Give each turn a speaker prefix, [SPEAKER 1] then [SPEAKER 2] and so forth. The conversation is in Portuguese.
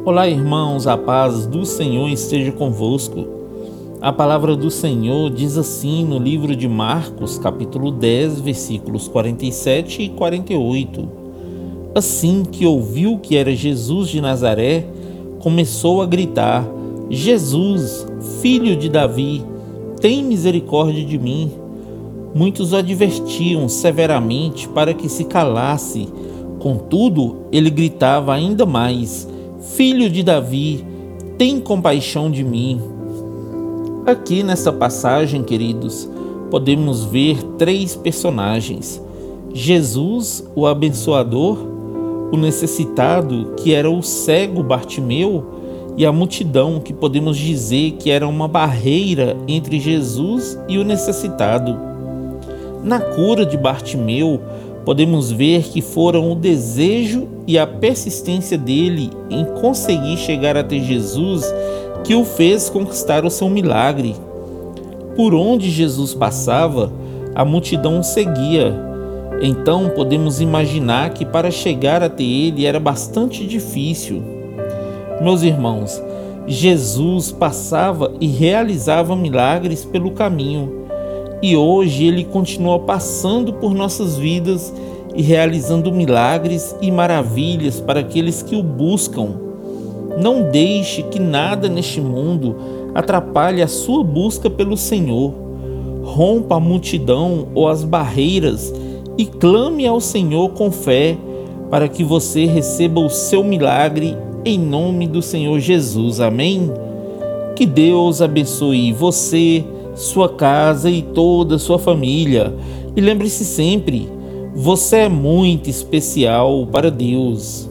[SPEAKER 1] Olá, irmãos, a paz do Senhor esteja convosco. A palavra do Senhor diz assim no livro de Marcos, capítulo 10, versículos 47 e 48. Assim que ouviu que era Jesus de Nazaré, começou a gritar: Jesus, filho de Davi, tem misericórdia de mim. Muitos o advertiam severamente para que se calasse. Contudo, ele gritava ainda mais: Filho de Davi, tem compaixão de mim. Aqui nesta passagem, queridos, podemos ver três personagens: Jesus, o abençoador, o necessitado, que era o cego Bartimeu, e a multidão, que podemos dizer que era uma barreira entre Jesus e o necessitado. Na cura de Bartimeu, podemos ver que foram o desejo e a persistência dele em conseguir chegar até Jesus que o fez conquistar o seu milagre. Por onde Jesus passava, a multidão o seguia. Então podemos imaginar que para chegar até ele era bastante difícil. Meus irmãos, Jesus passava e realizava milagres pelo caminho. E hoje ele continua passando por nossas vidas e realizando milagres e maravilhas para aqueles que o buscam. Não deixe que nada neste mundo atrapalhe a sua busca pelo Senhor. Rompa a multidão ou as barreiras e clame ao Senhor com fé para que você receba o seu milagre em nome do Senhor Jesus. Amém? Que Deus abençoe você, sua casa e toda a sua família. E lembre-se sempre, você é muito especial para Deus.